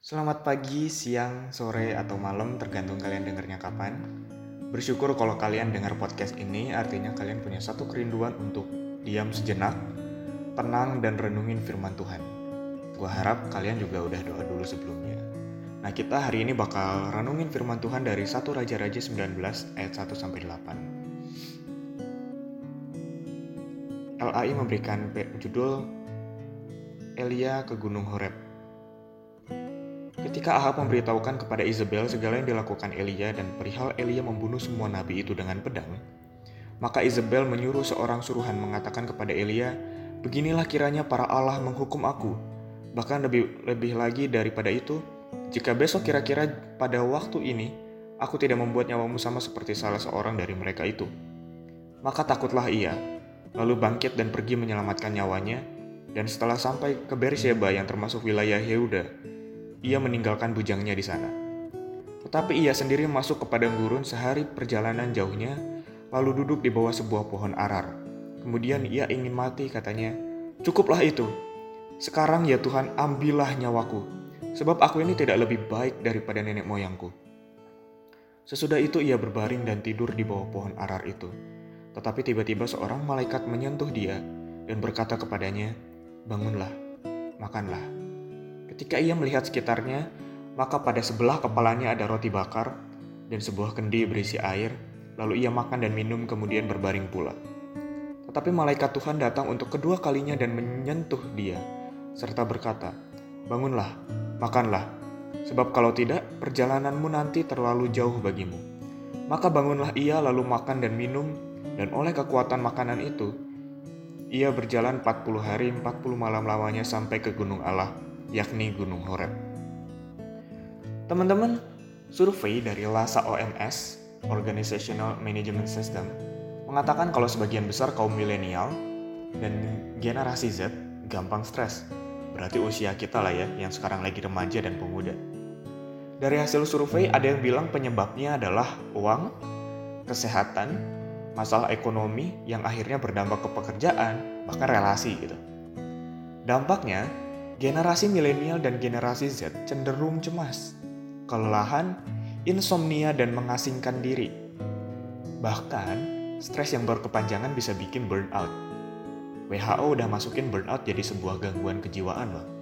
Selamat pagi, siang, sore, atau malam tergantung kalian dengarnya kapan. Bersyukur kalau kalian dengar podcast ini artinya kalian punya satu kerinduan untuk diam sejenak, tenang dan renungin firman Tuhan. Gua harap kalian juga udah doa dulu sebelumnya. Nah, kita hari ini bakal renungin firman Tuhan dari 1 Raja-Raja 19 ayat 1-8. LAI memberikan judul Elia ke Gunung Horeb. Ketika Ahab memberitahukan kepada Izebel segala yang dilakukan Elia dan perihal Elia membunuh semua nabi itu dengan pedang, maka Izebel menyuruh seorang suruhan mengatakan kepada Elia, "Beginilah kiranya para Allah menghukum aku. Bahkan lebih lagi daripada itu, jika besok kira-kira pada waktu ini, aku tidak membuat nyawamu sama seperti salah seorang dari mereka itu." Maka takutlah ia, lalu bangkit dan pergi menyelamatkan nyawanya, dan setelah sampai ke Beersheba yang termasuk wilayah Yehuda, ia meninggalkan bujangnya di sana. Tetapi ia sendiri masuk ke padang gurun sehari perjalanan jauhnya, lalu duduk di bawah sebuah pohon arar. Kemudian ia ingin mati, katanya, "Cukuplah itu. Sekarang ya Tuhan, ambillah nyawaku, sebab aku ini tidak lebih baik daripada nenek moyangku." Sesudah itu ia berbaring dan tidur di bawah pohon arar itu. Tetapi tiba-tiba seorang malaikat menyentuh dia dan berkata kepadanya, "Bangunlah, makanlah." Ketika ia melihat sekitarnya, maka pada sebelah kepalanya ada roti bakar dan sebuah kendi berisi air, lalu ia makan dan minum kemudian berbaring pula. Tetapi malaikat Tuhan datang untuk kedua kalinya dan menyentuh dia, serta berkata, "Bangunlah, makanlah, sebab kalau tidak, perjalananmu nanti terlalu jauh bagimu." Maka bangunlah ia lalu makan dan minum, dan oleh kekuatan makanan itu, ia berjalan 40 hari 40 malam lamanya sampai ke gunung Allah, yakni Gunung Horeb. Teman-teman, survei dari LASA OMS, Organizational Management System, mengatakan kalau sebagian besar kaum milenial dan generasi Z gampang stres. Berarti usia kita lah ya, yang sekarang lagi remaja dan pemuda. Dari hasil survei ada yang bilang penyebabnya adalah uang, kesehatan, masalah ekonomi yang akhirnya berdampak ke pekerjaan, bahkan relasi gitu. Dampaknya, generasi milenial dan generasi Z cenderung cemas, kelelahan, insomnia, dan mengasingkan diri. Bahkan, stres yang berkepanjangan bisa bikin burnout. WHO udah masukin burnout jadi sebuah gangguan kejiwaan loh.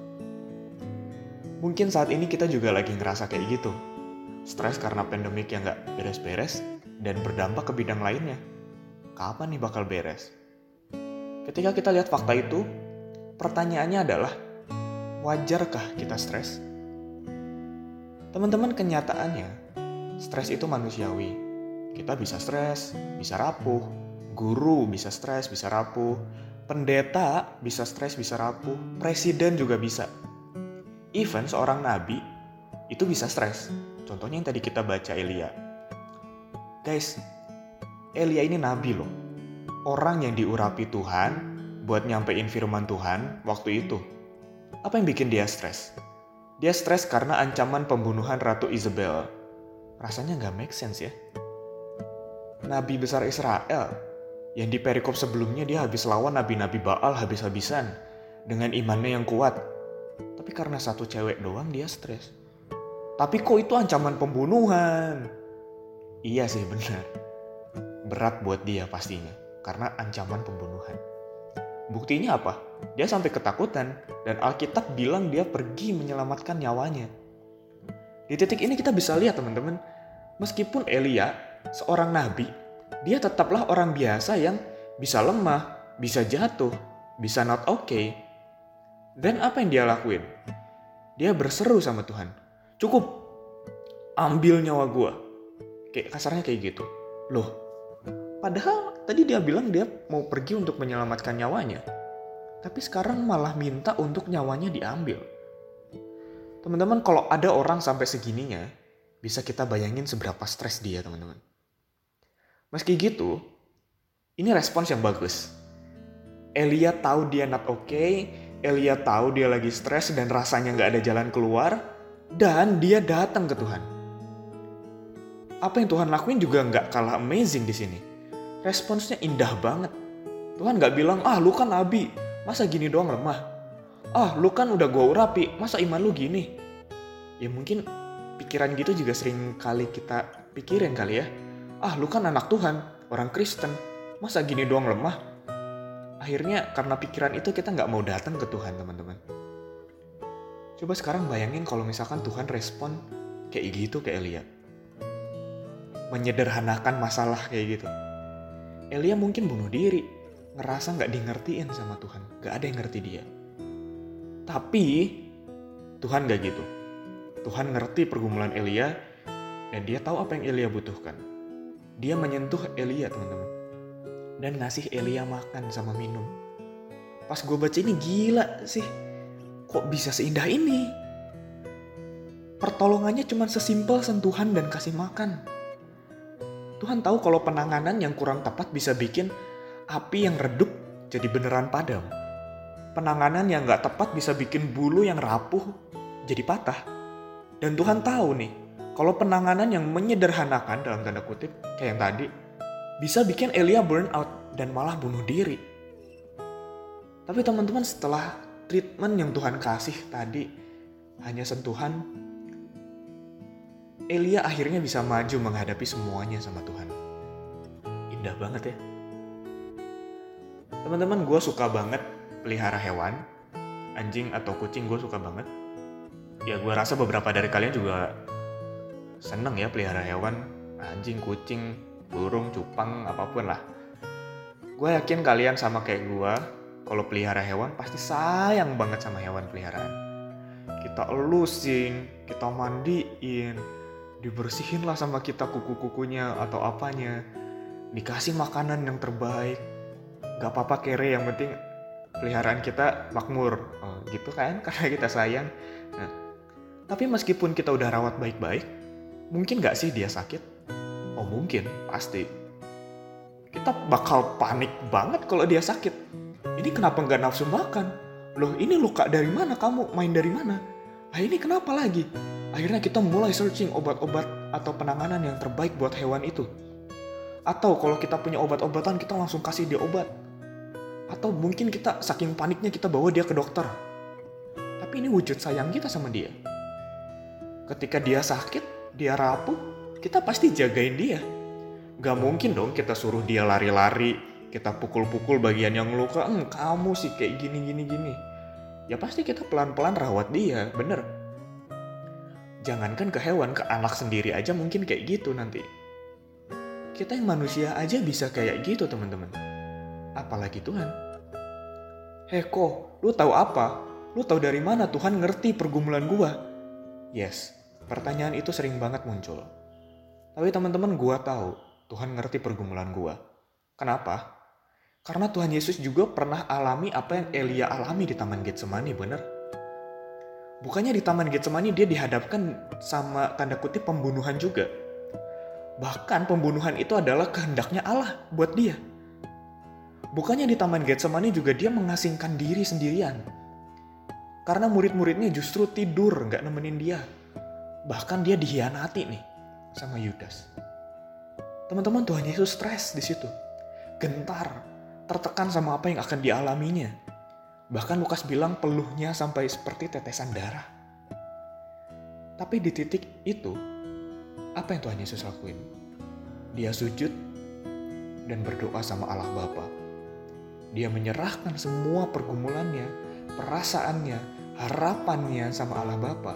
Mungkin saat ini kita juga lagi ngerasa kayak gitu. Stres karena pandemik yang gak beres-beres dan berdampak ke bidang lainnya. Kapan nih bakal beres? Ketika kita lihat fakta itu, pertanyaannya adalah, wajarkah kita stres? Teman-teman, kenyataannya, stres itu manusiawi. Kita bisa stres, bisa rapuh. Guru bisa stres, bisa rapuh. Pendeta bisa stres, bisa rapuh. Presiden juga bisa. Even seorang nabi itu bisa stres. Contohnya yang tadi kita baca Elia. Guys, Elia ini nabi loh. Orang yang diurapi Tuhan buat nyampein firman Tuhan waktu itu. Apa yang bikin dia stres? Dia stres karena ancaman pembunuhan Ratu Izebel. Rasanya gak make sense ya. Nabi besar Israel, yang di perikop sebelumnya dia habis lawan nabi-nabi Baal habis-habisan dengan imannya yang kuat. Tapi karena satu cewek doang dia stres. Tapi kok itu ancaman pembunuhan? Iya sih, benar. Berat buat dia pastinya, karena ancaman pembunuhan. Buktinya apa? Dia sampai ketakutan dan Alkitab bilang dia pergi menyelamatkan nyawanya. Di titik ini kita bisa lihat teman-teman, meskipun Elia seorang nabi, dia tetaplah orang biasa yang bisa lemah, bisa jatuh, bisa not okay. Dan apa yang dia lakuin? Dia berseru sama Tuhan, "Cukup, ambil nyawa gue." Kayak kasarnya kayak gitu. Loh, padahal tadi dia bilang dia mau pergi untuk menyelamatkan nyawanya. Tapi sekarang malah minta untuk nyawanya diambil. Teman-teman, kalau ada orang sampai segininya, bisa kita bayangin seberapa stres dia, teman-teman. Meski gitu, ini respons yang bagus. Elia tahu dia not okay, Elia tahu dia lagi stres dan rasanya gak ada jalan keluar, dan dia datang ke Tuhan. Apa yang Tuhan lakuin juga gak kalah amazing di sini. Responsnya indah banget. Tuhan gak bilang, "Lu kan nabi, masa gini doang lemah? Lu kan udah gue urapi, masa iman lu gini?" Ya mungkin pikiran gitu juga sering kali kita pikirin kali ya. Lu kan anak Tuhan, orang Kristen, masa gini doang lemah? Akhirnya karena pikiran itu kita gak mau datang ke Tuhan, teman-teman. Coba sekarang bayangin kalau misalkan Tuhan respon kayak gitu ke Elia. Menyederhanakan masalah kayak gitu. Elia mungkin bunuh diri, ngerasa gak dingertiin sama Tuhan. Gak ada yang ngerti dia. Tapi Tuhan gak gitu. Tuhan ngerti pergumulan Elia dan dia tahu apa yang Elia butuhkan. Dia menyentuh Elia, teman-teman. Dan ngasih Elia makan sama minum. Pas gue baca ini gila sih. Kok bisa seindah ini? Pertolongannya cuma sesimpel sentuhan dan kasih makan. Tuhan tahu kalau penanganan yang kurang tepat bisa bikin api yang redup jadi beneran padam. Penanganan yang gak tepat bisa bikin bulu yang rapuh jadi patah. Dan Tuhan tahu nih, kalau penanganan yang menyederhanakan dalam tanda kutip kayak yang tadi, bisa bikin Elia burn out dan malah bunuh diri. Tapi teman-teman, setelah treatment yang Tuhan kasih tadi hanya sentuhan, Elia akhirnya bisa maju menghadapi semuanya sama Tuhan. Indah banget ya. Teman-teman, gue suka banget pelihara hewan. Anjing atau kucing gue suka banget. Ya gue rasa beberapa dari kalian juga seneng ya pelihara hewan. Anjing, kucing, burung, cupang, apapun lah. Gue yakin kalian sama kayak gue, kalau pelihara hewan pasti sayang banget sama hewan peliharaan. Kita elusin, kita mandiin, dibersihin lah sama kita kuku-kukunya atau apanya. Dikasih makanan yang terbaik. Gak apa-apa kere, yang penting peliharaan kita makmur. Gitu kan, karena kita sayang. Nah, tapi meskipun kita udah rawat baik-baik, mungkin gak sih dia sakit? Mungkin, pasti. Kita bakal panik banget kalau dia sakit. Ini kenapa gak nafsu makan? Loh, ini luka dari mana kamu? Main dari mana? Ini kenapa lagi? Akhirnya kita mulai searching obat-obat atau penanganan yang terbaik buat hewan itu. Atau kalau kita punya obat-obatan, kita langsung kasih dia obat. Atau mungkin kita saking paniknya kita bawa dia ke dokter. Tapi ini wujud sayang kita sama dia. Ketika dia sakit, dia rapuh, kita pasti jagain dia. Gak mungkin dong kita suruh dia lari-lari, kita pukul-pukul bagian yang luka. Kamu sih kayak gini. Ya pasti kita pelan-pelan rawat dia, bener. Jangankan ke hewan, ke anak sendiri aja mungkin kayak gitu nanti. Kita yang manusia aja bisa kayak gitu, teman-teman. Apalagi Tuhan. Ko, lu tahu apa? Lu tahu dari mana Tuhan ngerti pergumulan gua? Yes, pertanyaan itu sering banget muncul. Tapi teman-teman, gua tahu Tuhan ngerti pergumulan gua. Kenapa? Karena Tuhan Yesus juga pernah alami apa yang Elia alami di Taman Getsemani, bener? Bukannya di Taman Getsemani dia dihadapkan sama tanda kutip pembunuhan juga. Bahkan pembunuhan itu adalah kehendaknya Allah buat dia. Bukannya di Taman Getsemani juga dia mengasingkan diri sendirian. Karena murid-muridnya justru tidur gak nemenin dia. Bahkan dia dihianati nih sama Yudas. Teman-teman, Tuhan Yesus stres di situ. Gentar, tertekan sama apa yang akan dialaminya. Bahkan Lukas bilang peluhnya sampai seperti tetesan darah. Tapi di titik itu, apa yang Tuhan Yesus lakuin? Dia sujud dan berdoa sama Allah Bapa. Dia menyerahkan semua pergumulannya, perasaannya, harapannya sama Allah Bapa.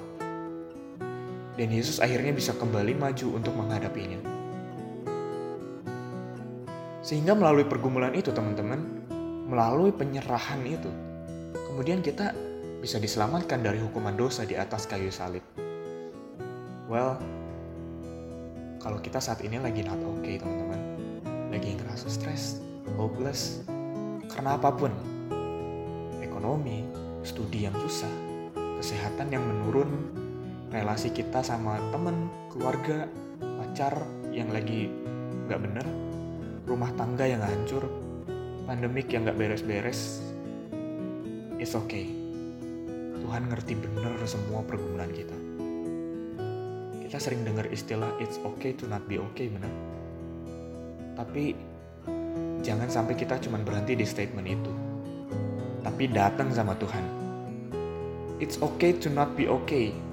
Dan Yesus akhirnya bisa kembali maju untuk menghadapinya. Sehingga melalui pergumulan itu, teman-teman, melalui penyerahan itu, kemudian kita bisa diselamatkan dari hukuman dosa di atas kayu salib. Well, kalau kita saat ini lagi not okay, teman-teman, lagi ngerasa stres, hopeless, karena apapun, ekonomi, studi yang susah, kesehatan yang menurun, relasi kita sama teman, keluarga, pacar yang lagi gak bener, rumah tangga yang hancur, pandemik yang gak beres-beres, it's okay. Tuhan ngerti bener semua pergumulan kita. Kita sering dengar istilah it's okay to not be okay, bener. Tapi jangan sampai kita cuma berhenti di statement itu. Tapi datang sama Tuhan. It's okay to not be okay.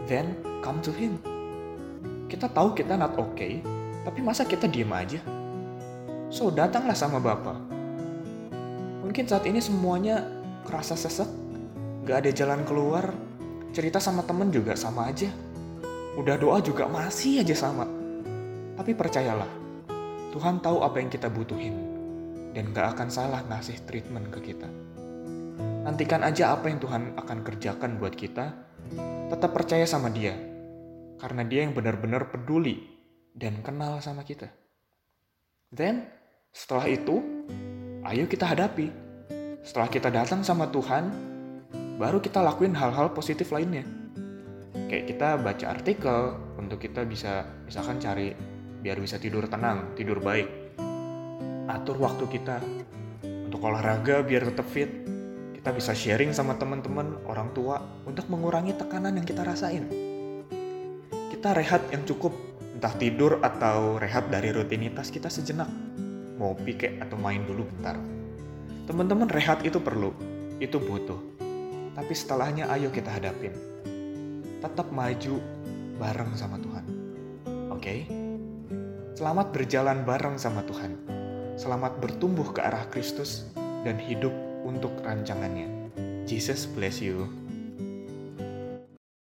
then come to Him. Kita tahu kita not okay, tapi masa kita diem aja? So, datanglah sama Bapa. Mungkin saat ini semuanya kerasa sesek, gak ada jalan keluar, cerita sama temen juga sama aja. Udah doa juga masih aja sama. Tapi percayalah, Tuhan tahu apa yang kita butuhin, dan gak akan salah ngasih treatment ke kita. Nantikan aja apa yang Tuhan akan kerjakan buat kita, tetap percaya sama Dia, karena Dia yang benar-benar peduli dan kenal sama kita. Then, setelah itu, ayo kita hadapi. Setelah kita datang sama Tuhan, baru kita lakuin hal-hal positif lainnya. Kayak kita baca artikel untuk kita bisa misalkan cari biar bisa tidur tenang, tidur baik. Atur waktu kita untuk olahraga biar tetap fit. Kita bisa sharing sama teman-teman, orang tua untuk mengurangi tekanan yang kita rasain. Kita rehat yang cukup, entah tidur atau rehat dari rutinitas kita sejenak. Ngopi kek atau main dulu bentar. Teman-teman, rehat itu perlu, itu butuh. Tapi setelahnya ayo kita hadapin. Tetap maju bareng sama Tuhan. Oke? Selamat berjalan bareng sama Tuhan. Selamat bertumbuh ke arah Kristus dan hidup untuk rancangannya. Jesus bless you.